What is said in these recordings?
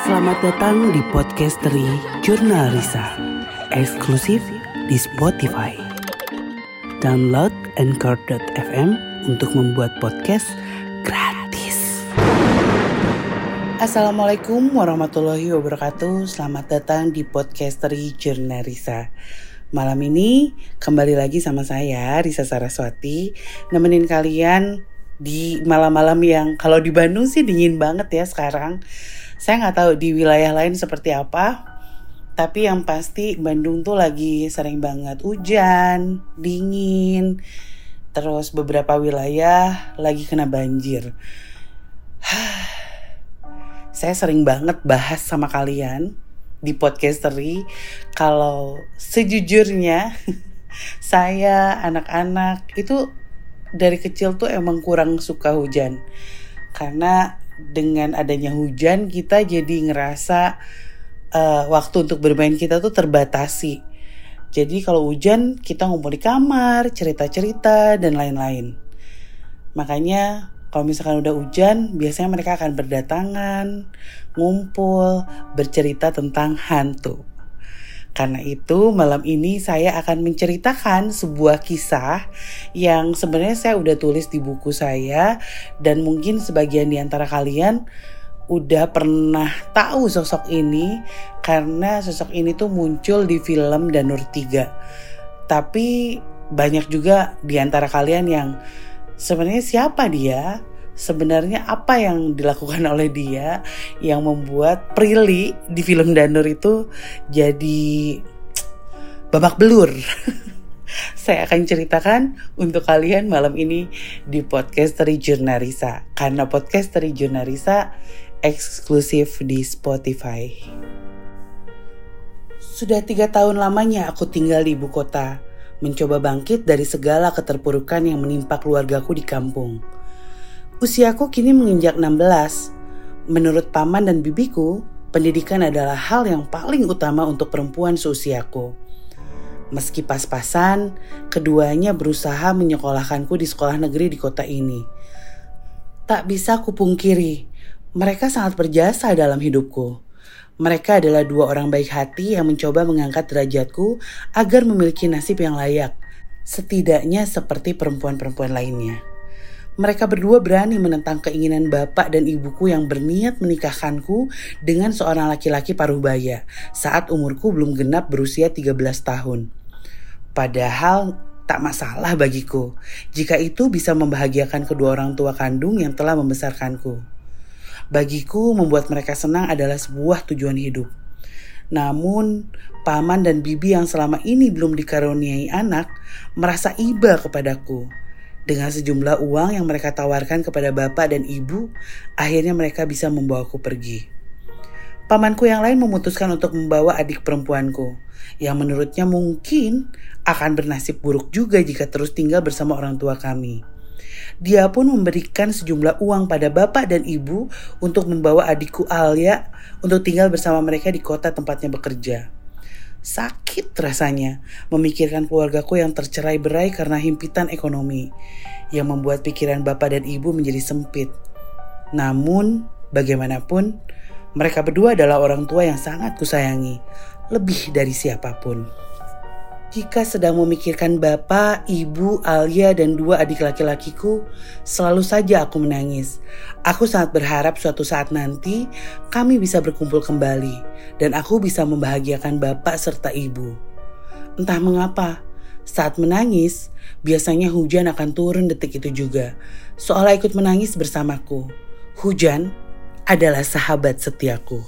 Selamat datang di Podcastery Jurnal Risa, eksklusif di Spotify. Download Anchor.fm untuk membuat podcast gratis. Assalamualaikum warahmatullahi wabarakatuh. Selamat datang di Podcastery Jurnal Risa. Malam ini kembali lagi sama saya, Risa Saraswati, nemenin kalian di malam-malam yang kalau di Bandung sih dingin banget ya sekarang. Saya nggak tahu di wilayah lain seperti apa, tapi yang pasti Bandung tuh lagi sering banget hujan, dingin, terus beberapa wilayah lagi kena banjir. Saya sering banget bahas sama kalian di Podcastery kalau sejujurnya saya anak-anak itu dari kecil tuh emang kurang suka hujan. Karena dengan adanya hujan kita jadi ngerasa waktu untuk bermain kita tuh terbatasi. Jadi kalau hujan kita ngumpul di kamar, cerita-cerita dan lain-lain. Makanya kalau misalkan udah hujan biasanya mereka akan berdatangan, ngumpul, bercerita tentang hantu. Karena itu malam ini saya akan menceritakan sebuah kisah yang sebenarnya saya udah tulis di buku saya dan mungkin sebagian di antara kalian udah pernah tahu sosok ini karena sosok ini tuh muncul di film Danur 3. Tapi banyak juga di antara kalian yang sebenarnya siapa dia? Sebenarnya apa yang dilakukan oleh dia yang membuat Prilly di film Danur itu jadi babak belur. Saya akan ceritakan untuk kalian malam ini di Podcastery Jurnal Risa. Karena Podcastery Jurnal Risa eksklusif di Spotify. Sudah 3 tahun lamanya aku tinggal di ibu kota, mencoba bangkit dari segala keterpurukan yang menimpa keluargaku di kampung. Usiaku kini menginjak 16. Menurut paman dan bibiku, pendidikan adalah hal yang paling utama untuk perempuan seusiaku. Meski pas-pasan, keduanya berusaha menyekolahkanku di sekolah negeri di kota ini. Tak bisa kupungkiri, mereka sangat berjasa dalam hidupku. Mereka adalah 2 orang baik hati yang mencoba mengangkat derajatku agar memiliki nasib yang layak, setidaknya seperti perempuan-perempuan lainnya. Mereka berdua berani menentang keinginan bapak dan ibuku yang berniat menikahkanku dengan seorang laki-laki paruh-baya saat umurku belum genap berusia 13 tahun. Padahal tak masalah bagiku jika itu bisa membahagiakan kedua orang tua kandung yang telah membesarkanku. Bagiku membuat mereka senang adalah sebuah tujuan hidup. Namun paman dan bibi yang selama ini belum dikaruniai anak merasa iba kepadaku. Dengan sejumlah uang yang mereka tawarkan kepada bapak dan ibu, akhirnya mereka bisa membawaku pergi. Pamanku yang lain memutuskan untuk membawa adik perempuanku, yang menurutnya mungkin akan bernasib buruk juga jika terus tinggal bersama orang tua kami. Dia pun memberikan sejumlah uang pada bapak dan ibu untuk membawa adikku Alia untuk tinggal bersama mereka di kota tempatnya bekerja. Sakit rasanya memikirkan keluargaku yang tercerai-berai karena himpitan ekonomi yang membuat pikiran bapak dan ibu menjadi sempit. Namun bagaimanapun mereka berdua adalah orang tua yang sangat kusayangi, lebih dari siapapun. Jika sedang memikirkan bapak, ibu, Alia, dan 2 adik laki-lakiku, selalu saja aku menangis. Aku sangat berharap suatu saat nanti kami bisa berkumpul kembali dan aku bisa membahagiakan bapak serta ibu. Entah mengapa, saat menangis, biasanya hujan akan turun detik itu juga, seolah ikut menangis bersamaku. Hujan adalah sahabat setiaku.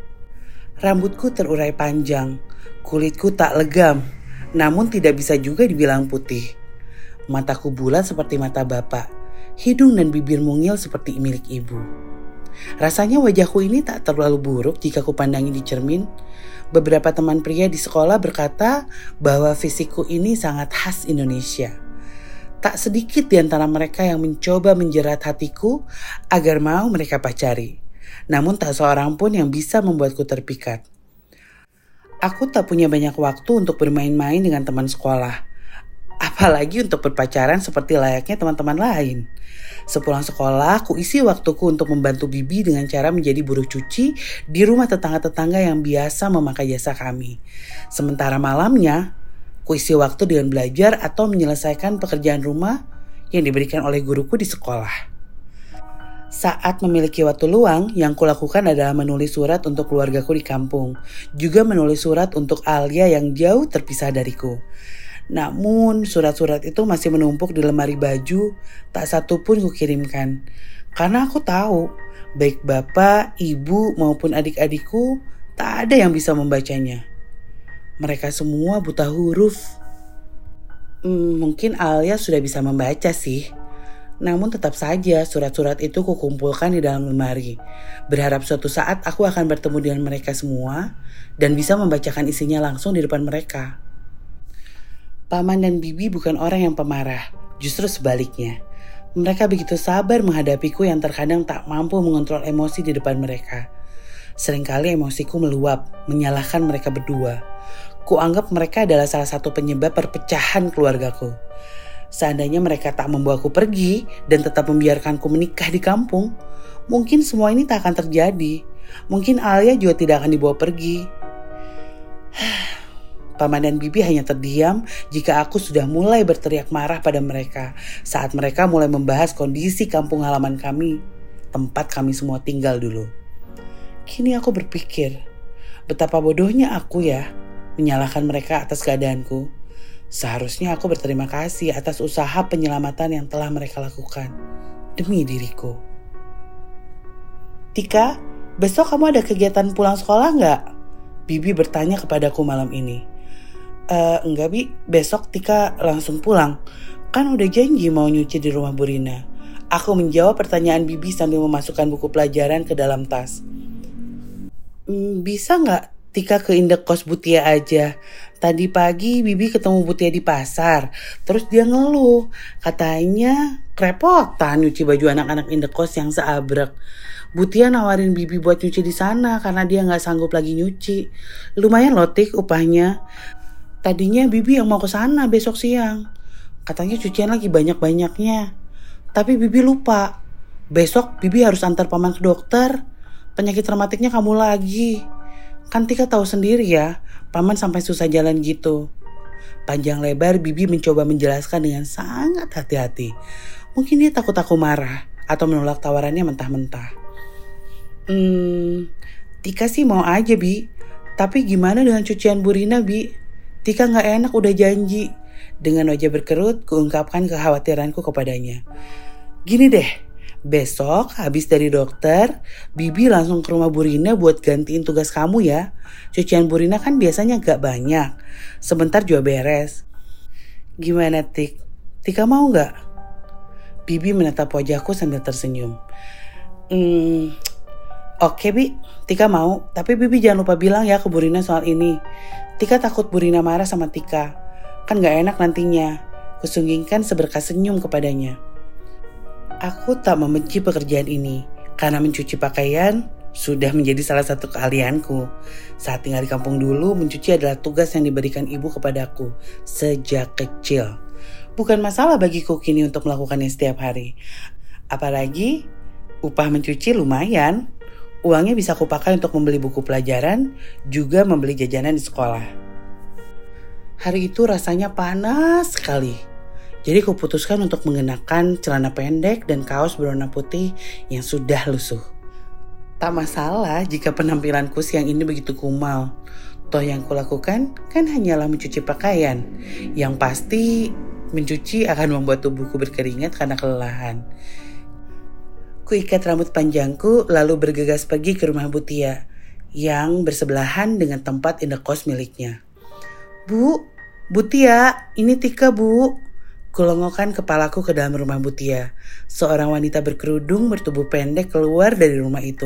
Rambutku terurai panjang, kulitku tak legam, namun tidak bisa juga dibilang putih. Mataku bulat seperti mata bapak, hidung dan bibir mungil seperti milik ibu. Rasanya wajahku ini tak terlalu buruk jika kupandangi di cermin. Beberapa teman pria di sekolah berkata bahwa fisikku ini sangat khas Indonesia. Tak sedikit di antara mereka yang mencoba menjerat hatiku agar mau mereka pacari. Namun tak seorang pun yang bisa membuatku terpikat. Aku tak punya banyak waktu untuk bermain-main dengan teman sekolah. Apalagi untuk berpacaran seperti layaknya teman-teman lain. Sepulang sekolah, ku isi waktuku untuk membantu Bibi dengan cara menjadi buruh cuci di rumah tetangga-tetangga yang biasa memakai jasa kami. Sementara malamnya, ku isi waktu dengan belajar atau menyelesaikan pekerjaan rumah yang diberikan oleh guruku di sekolah. Saat memiliki waktu luang, yang kulakukan adalah menulis surat untuk keluargaku di kampung. Juga menulis surat untuk Alia yang jauh terpisah dariku. Namun surat-surat itu masih menumpuk di lemari baju, tak satu pun kukirimkan. Karena aku tahu, baik bapak, ibu maupun adik-adikku, tak ada yang bisa membacanya. Mereka semua buta huruf. Mungkin Alia sudah bisa membaca sih. Namun tetap saja surat-surat itu kukumpulkan di dalam lemari. Berharap suatu saat aku akan bertemu dengan mereka semua dan bisa membacakan isinya langsung di depan mereka. Paman dan Bibi bukan orang yang pemarah, justru sebaliknya. Mereka begitu sabar menghadapiku yang terkadang tak mampu mengontrol emosi di depan mereka. Seringkali emosiku meluap, menyalahkan mereka berdua. Kuanggap mereka adalah salah satu penyebab perpecahan keluargaku. Seandainya mereka tak membawaku pergi dan tetap membiarkanku menikah di kampung, mungkin semua ini tak akan terjadi. Mungkin Alia juga tidak akan dibawa pergi. Paman dan Bibi hanya terdiam jika aku sudah mulai berteriak marah pada mereka saat mereka mulai membahas kondisi kampung halaman kami, tempat kami semua tinggal dulu. Kini aku berpikir, betapa bodohnya aku ya menyalahkan mereka atas keadaanku. Seharusnya aku berterima kasih atas usaha penyelamatan yang telah mereka lakukan demi diriku. Tika, besok kamu ada kegiatan pulang sekolah nggak? Bibi bertanya kepadaku malam ini. Enggak Bi, besok Tika langsung pulang. Kan udah janji mau nyuci di rumah Bu Rina. Aku menjawab pertanyaan Bibi sambil memasukkan buku pelajaran ke dalam tas. Bisa nggak Tika ke indekos Bu Tia aja? Tadi pagi Bibi ketemu Bu Tia di pasar. Terus dia ngeluh. Katanya kerepotan nyuci baju anak-anak indekos yang seabrek. Bu Tia nawarin Bibi buat nyuci di sana karena dia nggak sanggup lagi nyuci. Lumayan loh Tik upahnya. Tadinya Bibi yang mau ke sana besok siang. Katanya cucian lagi banyak-banyaknya. Tapi Bibi lupa. Besok Bibi harus antar paman ke dokter. Penyakit rematiknya kambuh lagi. Kan Tika tahu sendiri ya, paman sampai susah jalan gitu. Panjang lebar Bibi mencoba menjelaskan dengan sangat hati-hati. Mungkin dia takut aku marah atau menolak tawarannya mentah-mentah. Tika sih mau aja Bi. Tapi gimana dengan cucian Bu Rina Bi? Tika gak enak udah janji. Dengan wajah berkerut, kuungkapkan kekhawatiranku kepadanya. Gini deh, besok habis dari dokter, Bibi langsung ke rumah Bu Rina buat gantiin tugas kamu ya. Cucian Bu Rina kan biasanya gak banyak. Sebentar juga beres. Gimana Tik? Tika mau gak? Bibi menatap wajahku sambil tersenyum. Oke Bi, Tika mau. Tapi Bibi jangan lupa bilang ya ke Bu Rina soal ini. Tika takut Bu Rina marah sama Tika. Kan gak enak nantinya. Kusunggingkan seberkas senyum kepadanya. Aku tak membenci pekerjaan ini. Karena mencuci pakaian sudah menjadi salah satu keahlianku. Saat tinggal di kampung dulu, mencuci adalah tugas yang diberikan ibu kepadaku sejak kecil. Bukan masalah bagiku kini untuk melakukannya setiap hari. Apalagi upah mencuci lumayan. Uangnya bisa kupakai untuk membeli buku pelajaran, juga membeli jajanan di sekolah. Hari itu rasanya panas sekali. Jadi kuputuskan untuk mengenakan celana pendek dan kaos berwarna putih yang sudah lusuh. Tak masalah jika penampilanku siang ini begitu kumal. Toh yang kulakukan kan hanyalah mencuci pakaian. Yang pasti mencuci akan membuat tubuhku berkeringat karena kelelahan. Kuikat rambut panjangku lalu bergegas pergi ke rumah Bu Tia yang bersebelahan dengan tempat indekos miliknya. Bu Tia, ini Tika Bu. Kulongokkan kepalaku ke dalam rumah Bu Tia. Seorang wanita berkerudung bertubuh pendek keluar dari rumah itu.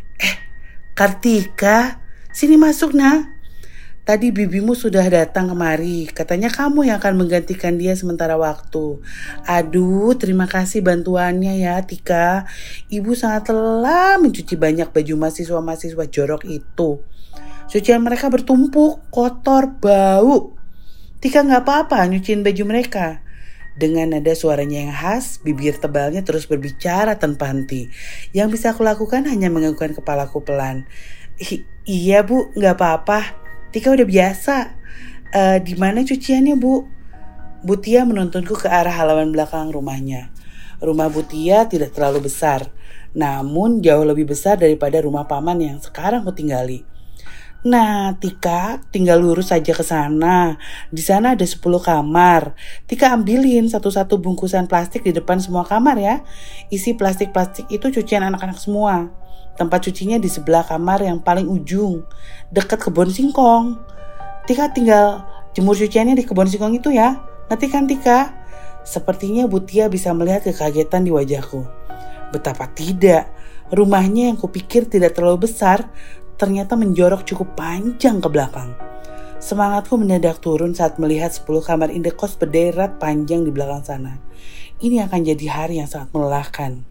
Kartika, sini masuk nah. Tadi bibimu sudah datang kemari. Katanya kamu yang akan menggantikan dia sementara waktu. Aduh, terima kasih bantuannya ya Tika. Ibu sangat lelah mencuci banyak baju mahasiswa-mahasiswa jorok itu. Cucian mereka bertumpuk, kotor, bau. Tika nggak apa-apa nyuciin baju mereka. Dengan nada suaranya yang khas, bibir tebalnya terus berbicara tanpa henti. Yang bisa aku lakukan hanya menganggukkan kepalaku pelan. Iya bu, nggak apa-apa. Tika udah biasa. Di mana cuciannya bu? Bu Tia menuntunku ke arah halaman belakang rumahnya. Rumah Bu Tia tidak terlalu besar, namun jauh lebih besar daripada rumah paman yang sekarang ku tinggali. Nah, Tika tinggal lurus saja ke sana. Di sana ada 10 kamar. Tika ambilin satu-satu bungkusan plastik di depan semua kamar ya. Isi plastik-plastik itu cucian anak-anak semua. Tempat cucinya di sebelah kamar yang paling ujung, dekat kebun singkong. Tika tinggal jemur cuciannya di kebun singkong itu ya. Ngerti kan Tika? Sepertinya Bu Tia bisa melihat kekagetan di wajahku. Betapa tidak, rumahnya yang kupikir tidak terlalu besar ternyata menjorok cukup panjang ke belakang. Semangatku mendadak turun saat melihat 10 kamar indekos berderet panjang di belakang sana. Ini akan jadi hari yang sangat melelahkan.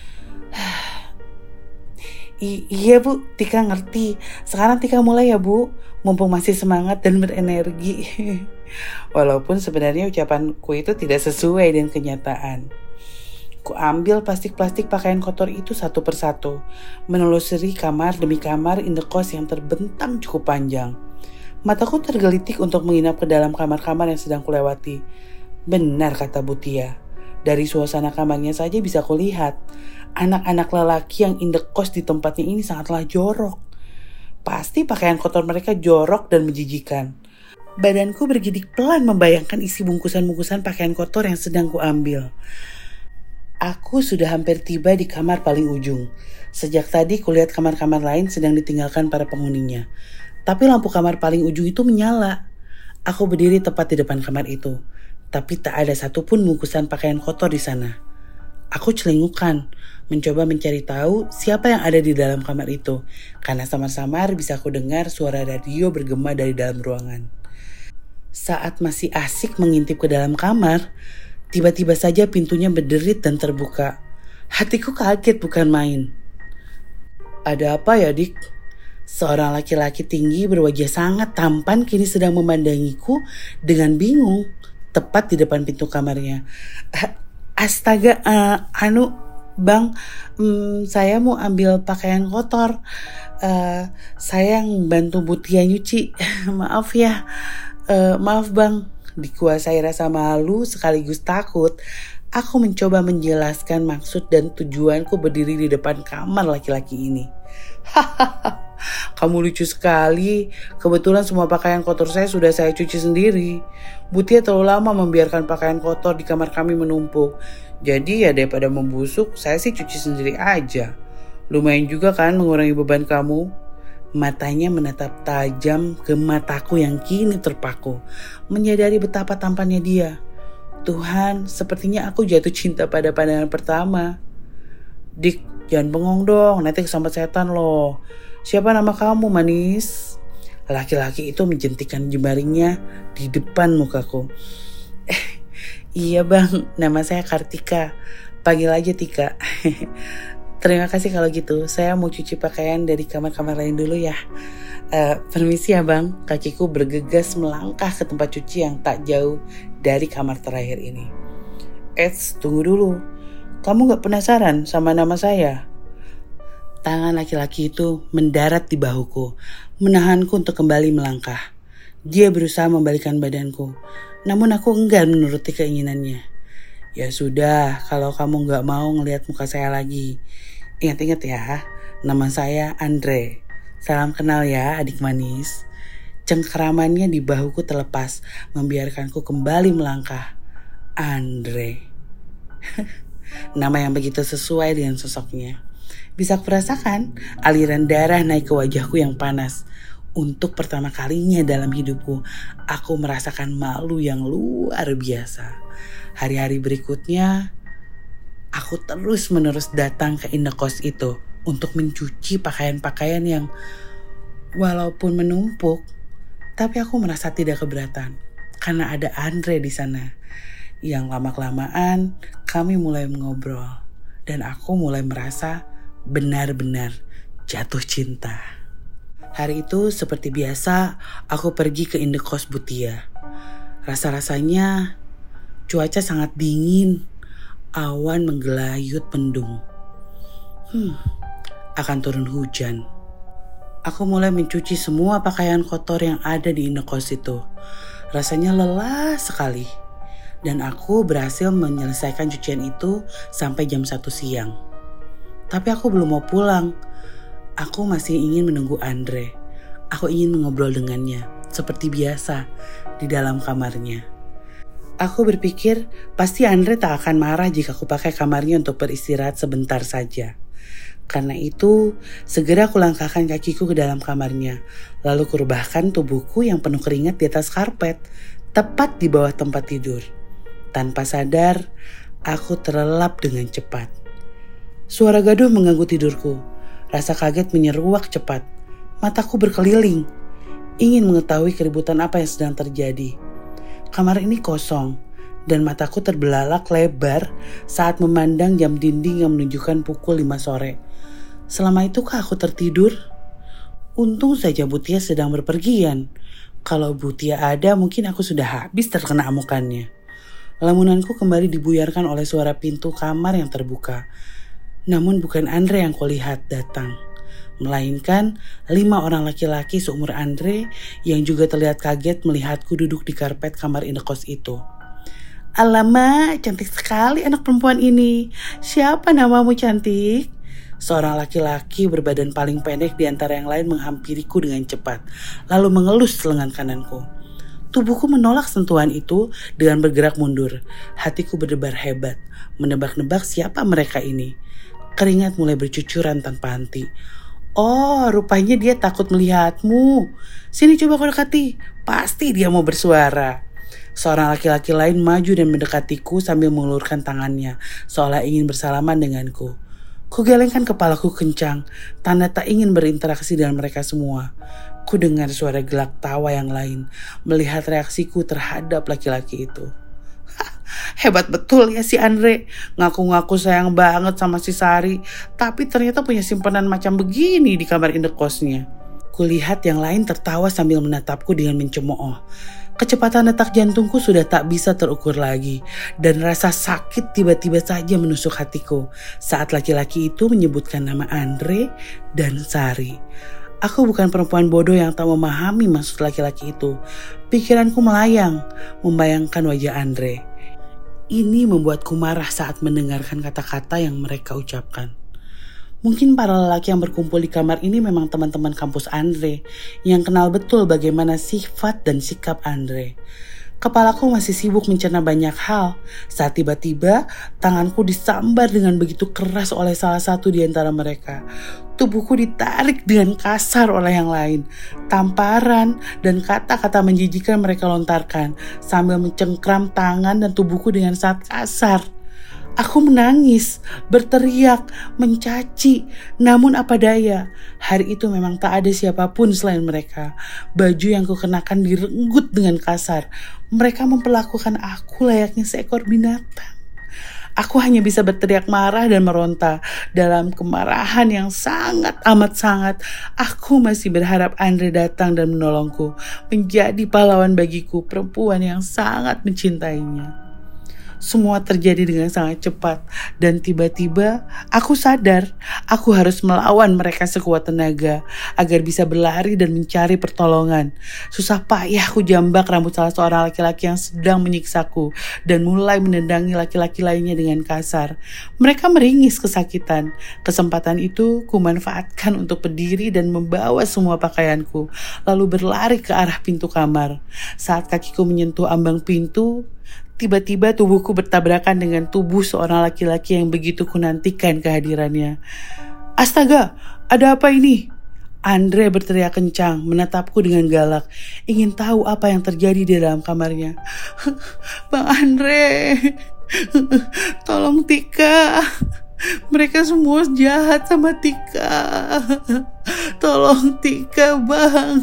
Iya bu, Tika ngerti. Sekarang Tika mulai ya bu, mumpung masih semangat dan berenergi. Walaupun sebenarnya ucapanku itu tidak sesuai dengan kenyataan. Ku ambil plastik-plastik pakaian kotor itu satu persatu, menelusuri kamar demi kamar indekos yang terbentang cukup panjang. Mataku tergelitik untuk menginap ke dalam kamar-kamar yang sedang kulewati. Benar kata Bu Tia. Dari suasana kamarnya saja bisa kulihat. Anak-anak lelaki yang indekos di tempatnya ini sangatlah jorok. Pasti pakaian kotor mereka jorok dan menjijikan. Badanku bergidik pelan membayangkan isi bungkusan-bungkusan pakaian kotor yang sedang kuambil. Aku sudah hampir tiba di kamar paling ujung. Sejak tadi kulihat kamar-kamar lain sedang ditinggalkan para penghuninya. Tapi lampu kamar paling ujung itu menyala. Aku berdiri tepat di depan kamar itu. Tapi tak ada satupun bungkusan pakaian kotor di sana. Aku celingukan, mencoba mencari tahu siapa yang ada di dalam kamar itu. Karena samar-samar bisa aku dengar suara radio bergema dari dalam ruangan. Saat masih asik mengintip ke dalam kamar, tiba-tiba saja pintunya berderit dan terbuka. Hatiku kaget bukan main. Ada apa ya dik? Seorang laki-laki tinggi berwajah sangat tampan kini sedang memandangiku dengan bingung. Tepat di depan pintu kamarnya. Astaga, bang, saya mau ambil pakaian kotor. Saya yang bantu Bu Tia nyuci. Maaf ya, maaf bang. Dikuasai rasa malu sekaligus takut, aku mencoba menjelaskan maksud dan tujuanku berdiri di depan kamar laki-laki ini. Hahaha, kamu lucu sekali. Kebetulan semua pakaian kotor saya sudah saya cuci sendiri. Bu Tia terlalu lama membiarkan pakaian kotor di kamar kami menumpuk. Jadi ya daripada membusuk, saya sih cuci sendiri aja. Lumayan juga kan mengurangi beban kamu. Matanya menatap tajam ke mataku yang kini terpaku, menyadari betapa tampannya dia. Tuhan, sepertinya aku jatuh cinta pada pandangan pertama. Dik, jangan bengong dong, nanti kesambat setan loh. Siapa nama kamu, manis? Laki-laki itu menjentikan jemarinya di depan mukaku. Iya bang, nama saya Kartika. Panggil aja Tika. Terima kasih kalau gitu. Saya mau cuci pakaian dari kamar-kamar lain dulu ya. Permisi ya bang. Kakiku bergegas melangkah ke tempat cuci yang tak jauh dari kamar terakhir ini. Tunggu dulu. Kamu gak penasaran sama nama saya? Tangan laki-laki itu mendarat di bahuku, menahanku untuk kembali melangkah. Dia berusaha membalikkan badanku, namun aku enggan menuruti keinginannya. Ya sudah, kalau kamu gak mau ngelihat muka saya lagi. Ingat-ingat ya, nama saya Andre. Salam kenal ya adik manis. Cengkeramannya di bahuku terlepas, membiarkanku kembali melangkah. Andre. Nama yang begitu sesuai dengan sosoknya. Bisa kurasakan aliran darah naik ke wajahku yang panas. Untuk pertama kalinya dalam hidupku, aku merasakan malu yang luar biasa. Hari-hari berikutnya, aku terus-menerus datang ke indekos itu untuk mencuci pakaian-pakaian yang walaupun menumpuk, tapi aku merasa tidak keberatan karena ada Andre di sana. Yang lama-kelamaan kami mulai mengobrol dan aku mulai merasa benar-benar jatuh cinta. Hari itu seperti biasa aku pergi ke indekos Bu Tia. Rasa-rasanya cuaca sangat dingin, awan menggelayut mendung. Akan turun hujan. Aku mulai mencuci semua pakaian kotor yang ada di indekos itu. Rasanya lelah sekali. Dan aku berhasil menyelesaikan cucian itu sampai jam 1 siang. Tapi aku belum mau pulang. Aku masih ingin menunggu Andre. Aku ingin mengobrol dengannya, seperti biasa, di dalam kamarnya. Aku berpikir pasti Andre tak akan marah jika aku pakai kamarnya untuk beristirahat sebentar saja. Karena itu, segera aku langkahkan kakiku ke dalam kamarnya. Lalu kurebahkan tubuhku yang penuh keringat di atas karpet, tepat di bawah tempat tidur. Tanpa sadar, aku terlelap dengan cepat. Suara gaduh mengganggu tidurku. Rasa kaget menyeruak cepat. Mataku berkeliling, ingin mengetahui keributan apa yang sedang terjadi. Kamar ini kosong, dan mataku terbelalak lebar saat memandang jam dinding yang menunjukkan pukul 5 sore. Selama itukah aku tertidur? Untung saja Butia sedang berpergian. Kalau Butia ada, mungkin aku sudah habis terkena amukannya. Lamunanku kembali dibuyarkan oleh suara pintu kamar yang terbuka. Namun bukan Andre yang kulihat datang, melainkan 5 orang laki-laki seumur Andre yang juga terlihat kaget melihatku duduk di karpet kamar indekos itu. Alamak, cantik sekali anak perempuan ini. Siapa namamu cantik? Seorang laki-laki berbadan paling pendek di antara yang lain menghampiriku dengan cepat, lalu mengelus lengan kananku. Tubuhku menolak sentuhan itu dengan bergerak mundur. Hatiku berdebar hebat, menebak-nebak siapa mereka ini. Keringat mulai bercucuran tanpa henti. Oh, rupanya dia takut melihatmu. Sini coba kau dekati. Pasti dia mau bersuara. Seorang laki-laki lain maju dan mendekatiku sambil mengulurkan tangannya, seolah ingin bersalaman denganku. Kugelengkan kepalaku kencang, tanda tak ingin berinteraksi dengan mereka semua. Ku dengar suara gelak tawa yang lain, melihat reaksiku terhadap laki-laki itu. Hebat betul ya si Andre, ngaku-ngaku sayang banget sama si Sari, tapi ternyata punya simpanan macam begini di kamar indekosnya. Kulihat yang lain tertawa sambil menatapku dengan mencemooh. Kecepatan detak jantungku sudah tak bisa terukur lagi, dan rasa sakit tiba-tiba saja menusuk hatiku saat laki-laki itu menyebutkan nama Andre dan Sari. Aku bukan perempuan bodoh yang tak memahami maksud laki-laki itu. Pikiranku melayang, membayangkan wajah Andre. Ini membuatku marah saat mendengarkan kata-kata yang mereka ucapkan. Mungkin para lelaki yang berkumpul di kamar ini memang teman-teman kampus Andre yang kenal betul bagaimana sifat dan sikap Andre. Kepalaku masih sibuk mencerna banyak hal saat tiba-tiba tanganku disambar dengan begitu keras oleh salah satu di antara mereka. Tubuhku ditarik dengan kasar oleh yang lain. Tamparan dan kata-kata menjijikan mereka lontarkan sambil mencengkram tangan dan tubuhku dengan sangat kasar. Aku menangis, berteriak, mencaci, namun apa daya, hari itu memang tak ada siapapun selain mereka. Baju yang kukenakan direnggut dengan kasar. Mereka memperlakukan aku layaknya seekor binatang. Aku hanya bisa berteriak marah dan meronta. Dalam kemarahan yang sangat amat sangat, aku masih berharap Andre datang dan menolongku, menjadi pahlawan bagiku, perempuan yang sangat mencintainya. Semua terjadi dengan sangat cepat dan tiba-tiba aku sadar aku harus melawan mereka sekuat tenaga agar bisa berlari dan mencari pertolongan. Susah payah aku jambak rambut salah seorang laki-laki yang sedang menyiksaku dan mulai menendangi laki-laki lainnya dengan kasar. Mereka meringis kesakitan. Kesempatan itu kumanfaatkan untuk berdiri dan membawa semua pakaianku lalu berlari ke arah pintu kamar. Saat kakiku menyentuh ambang pintu, tiba-tiba tubuhku bertabrakan dengan tubuh seorang laki-laki yang begitu kunantikan kehadirannya. Astaga, ada apa ini? Andre berteriak kencang, menatapku dengan galak, ingin tahu apa yang terjadi di dalam kamarnya. Bang Andre, tolong Tika. Mereka semua jahat sama Tika. Tolong Tika, Bang,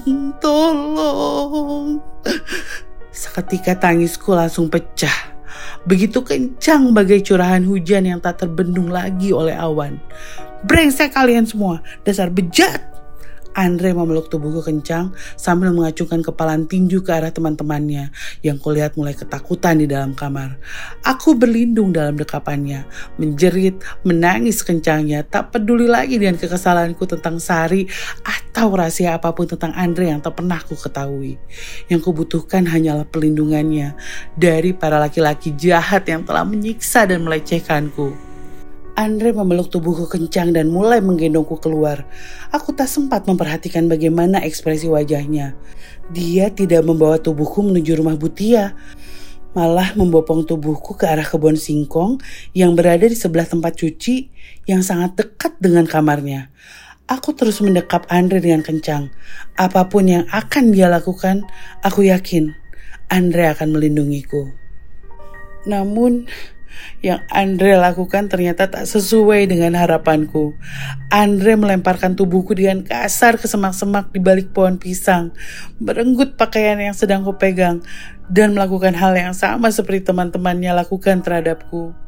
tolong. Seketika tangisku langsung pecah. Begitu kencang bagai curahan hujan yang tak terbendung lagi oleh awan. Brengsek kalian semua, dasar bejat. Andre memeluk tubuhku kencang sambil mengacungkan kepalan tinju ke arah teman-temannya yang kulihat mulai ketakutan di dalam kamar. Aku berlindung dalam dekapannya, menjerit, menangis kencangnya, tak peduli lagi dengan kekesalanku tentang Sari atau rahasia apapun tentang Andre yang tak pernah ku ketahui. Yang kubutuhkan hanyalah perlindungannya dari para laki-laki jahat yang telah menyiksa dan melecehkanku. Andre memeluk tubuhku kencang dan mulai menggendongku keluar. Aku tak sempat memperhatikan bagaimana ekspresi wajahnya. Dia tidak membawa tubuhku menuju rumah Butia, malah membopong tubuhku ke arah kebun singkong yang berada di sebelah tempat cuci yang sangat dekat dengan kamarnya. Aku terus mendekap Andre dengan kencang. Apapun yang akan dia lakukan, aku yakin Andre akan melindungiku. Namun yang Andre lakukan ternyata tak sesuai dengan harapanku. Andre melemparkan tubuhku dengan kasar ke semak-semak di balik pohon pisang, merenggut pakaian yang sedang kupegang, dan melakukan hal yang sama seperti teman-temannya lakukan terhadapku.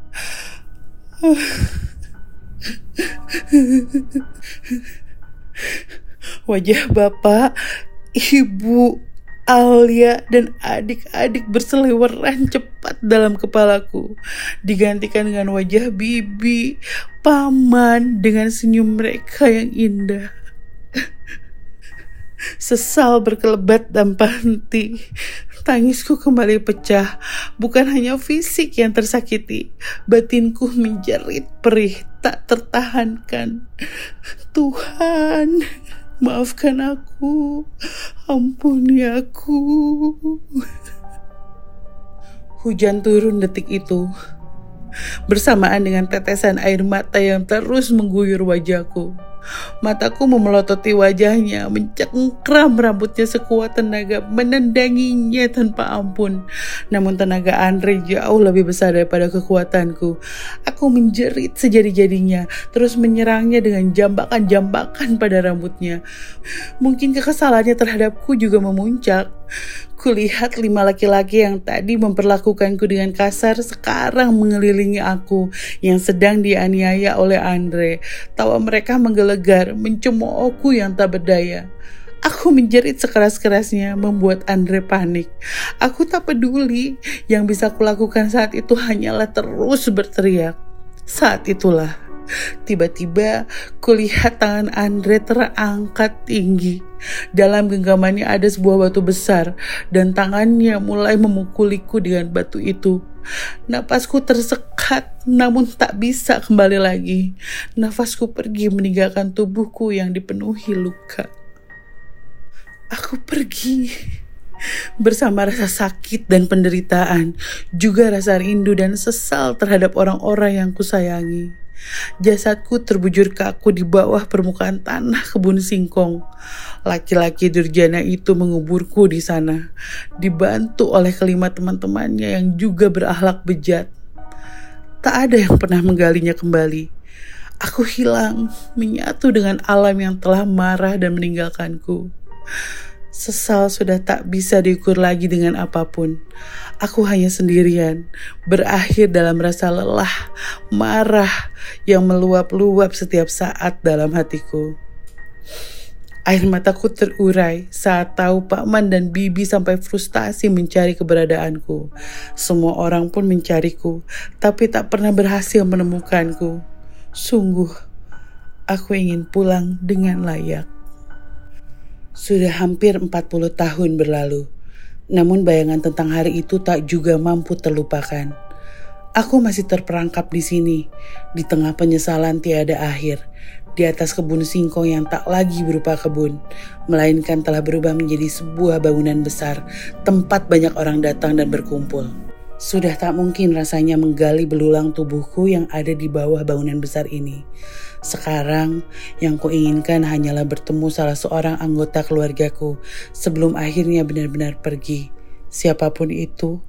Wajah bapak, ibu, Alia dan adik-adik berseliweran cepat dalam kepalaku, digantikan dengan wajah bibi, paman dengan senyum mereka yang indah. Sesal berkelebat tanpa henti, tangisku kembali pecah. Bukan hanya fisik yang tersakiti, batinku menjerit perih tak tertahankan. Tuhan, maafkan aku, ampuni aku. Hujan turun detik itu, bersamaan dengan tetesan air mata yang terus mengguyur wajahku. Mataku memelototi wajahnya, mencengkram rambutnya sekuat tenaga, menendanginya tanpa ampun. Namun tenaga Andre jauh lebih besar daripada kekuatanku. Aku menjerit sejadi-jadinya, terus menyerangnya dengan jambakan-jambakan pada rambutnya. Mungkin kekesalannya terhadapku juga memuncak. Kulihat 5 laki-laki yang tadi memperlakukanku dengan kasar sekarang mengelilingi aku yang sedang dianiaya oleh Andre. Tawa mereka menggelegar, mencemoohku yang tak berdaya. Aku menjerit sekeras-kerasnya membuat Andre panik. Aku tak peduli, yang bisa kulakukan saat itu hanyalah terus berteriak. Saat itulah tiba-tiba kulihat tangan Andre terangkat tinggi. Dalam genggamannya ada sebuah batu besar dan tangannya mulai memukuliku dengan batu itu. Napasku tersekat namun tak bisa kembali lagi. Nafasku pergi meninggalkan tubuhku yang dipenuhi luka. Aku pergi bersama rasa sakit dan penderitaan, juga rasa rindu dan sesal terhadap orang-orang yang kusayangi. Jasadku terbujur kaku di bawah permukaan tanah kebun singkong. Laki-laki durjana itu menguburku di sana, dibantu oleh kelima teman-temannya yang juga berakhlak bejat. Tak ada yang pernah menggalinya kembali. Aku hilang, menyatu dengan alam yang telah marah dan meninggalkanku. Sesal sudah tak bisa diukur lagi dengan apapun. Aku hanya sendirian, berakhir dalam rasa lelah, marah yang meluap-luap setiap saat dalam hatiku. Air mataku terurai saat tahu Pakman dan Bibi sampai frustasi mencari keberadaanku. Semua orang pun mencariku, tapi tak pernah berhasil menemukanku. Sungguh, aku ingin pulang dengan layak. Sudah hampir 40 tahun berlalu, namun bayangan tentang hari itu tak juga mampu terlupakan. Aku masih terperangkap di sini, di tengah penyesalan tiada akhir, di atas kebun singkong yang tak lagi berupa kebun, melainkan telah berubah menjadi sebuah bangunan besar, tempat banyak orang datang dan berkumpul. Sudah tak mungkin rasanya menggali belulang tubuhku yang ada di bawah bangunan besar ini. Sekarang yang kuinginkan hanyalah bertemu salah seorang anggota keluargaku sebelum akhirnya benar-benar pergi. Siapapun itu,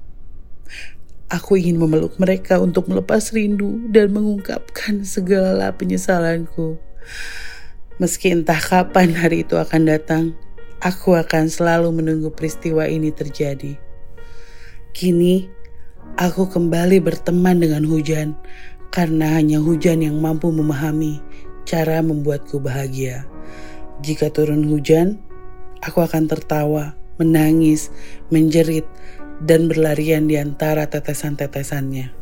aku ingin memeluk mereka untuk melepas rindu dan mengungkapkan segala penyesalanku. Meski entah kapan hari itu akan datang, aku akan selalu menunggu peristiwa ini terjadi. Kini, aku kembali berteman dengan hujan, karena hanya hujan yang mampu memahami cara membuatku bahagia. Jika turun hujan, aku akan tertawa, menangis, menjerit, dan berlarian di antara tetesan-tetesannya.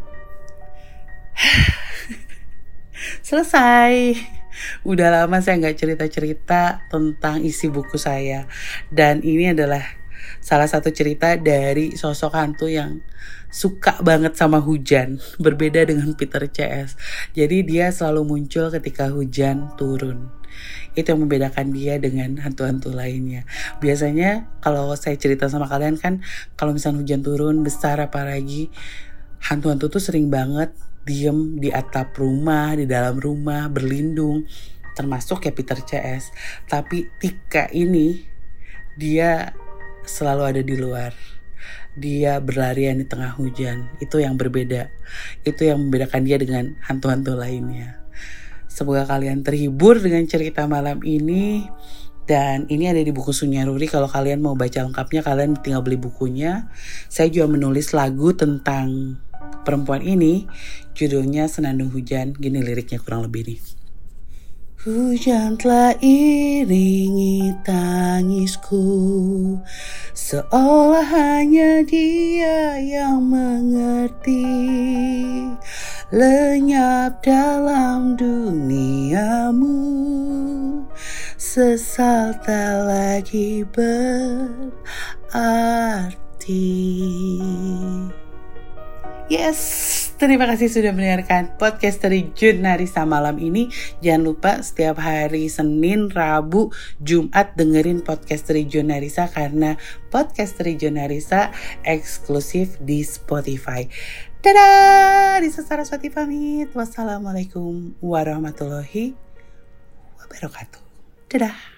Selesai. Udah lama saya nggak cerita-cerita tentang isi buku saya. Dan ini adalah salah satu cerita dari sosok hantu yang suka banget sama hujan. Berbeda dengan Peter CS. Jadi dia selalu muncul ketika hujan turun. Itu yang membedakan dia dengan hantu-hantu lainnya. Biasanya kalau saya cerita sama kalian kan, kalau misalnya hujan turun besar apalagi, hantu-hantu tuh sering banget diem di atap rumah, di dalam rumah, berlindung. Termasuk ya Peter CS. Tapi Tika ini, dia selalu ada di luar. Dia berlarian di tengah hujan. Itu yang berbeda. Itu yang membedakan dia dengan hantu-hantu lainnya. Semoga kalian terhibur dengan cerita malam ini. Dan ini ada di buku Sunyaruri. Kalau kalian mau baca lengkapnya, kalian tinggal beli bukunya. Saya juga menulis lagu tentang perempuan ini. Judulnya Senandung Hujan. Gini liriknya kurang lebih nih. Hujan telah iringi tangisku, seolah hanya dia yang mengerti. Lenyap dalam duniamu, sesal tak lagi berarti. Yes, terima kasih sudah mendengarkan podcast dari Junarisa malam ini. Jangan lupa setiap hari Senin, Rabu, Jumat dengerin podcast dari Junarisa karena podcast dari Junarisa eksklusif di Spotify. Dadah, Risa Saraswati pamit. Wassalamualaikum warahmatullahi wabarakatuh. Dadah.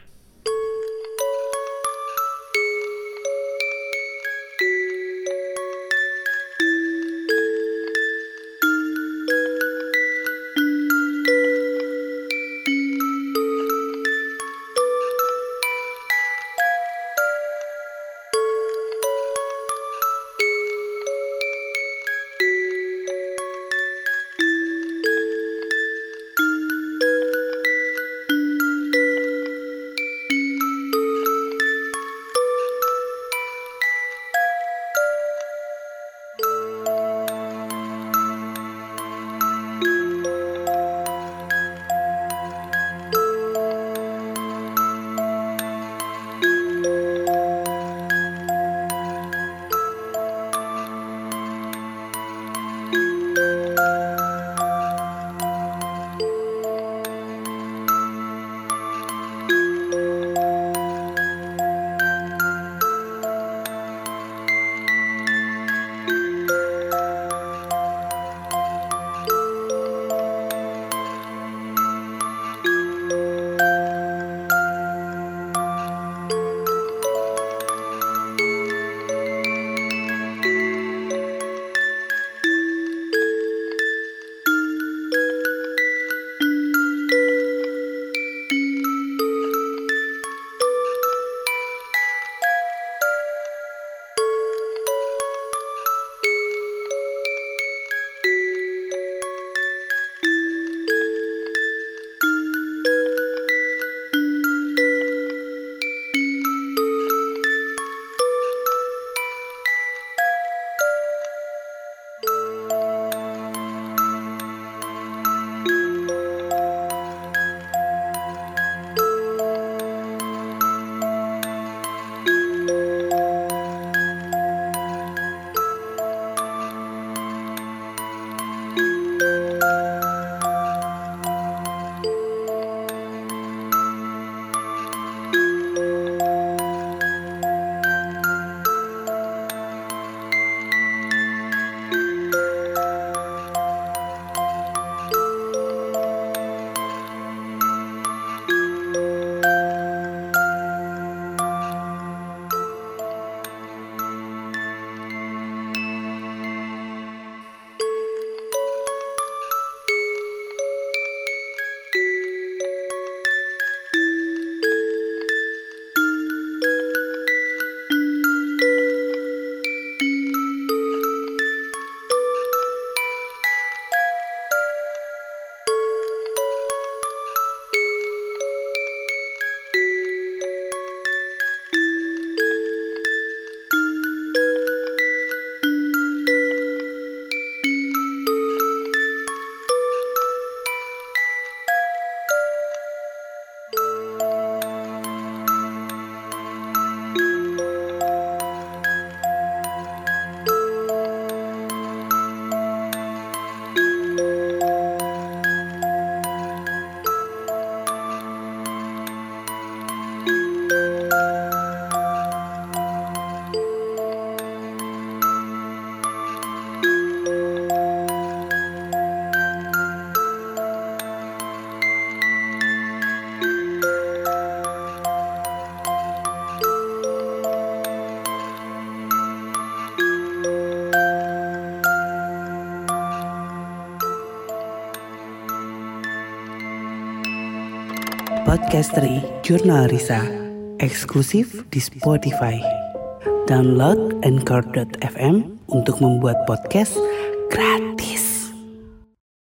Podcasteri Jurnal Risa, eksklusif di Spotify. Download Anchor.fm untuk membuat podcast gratis.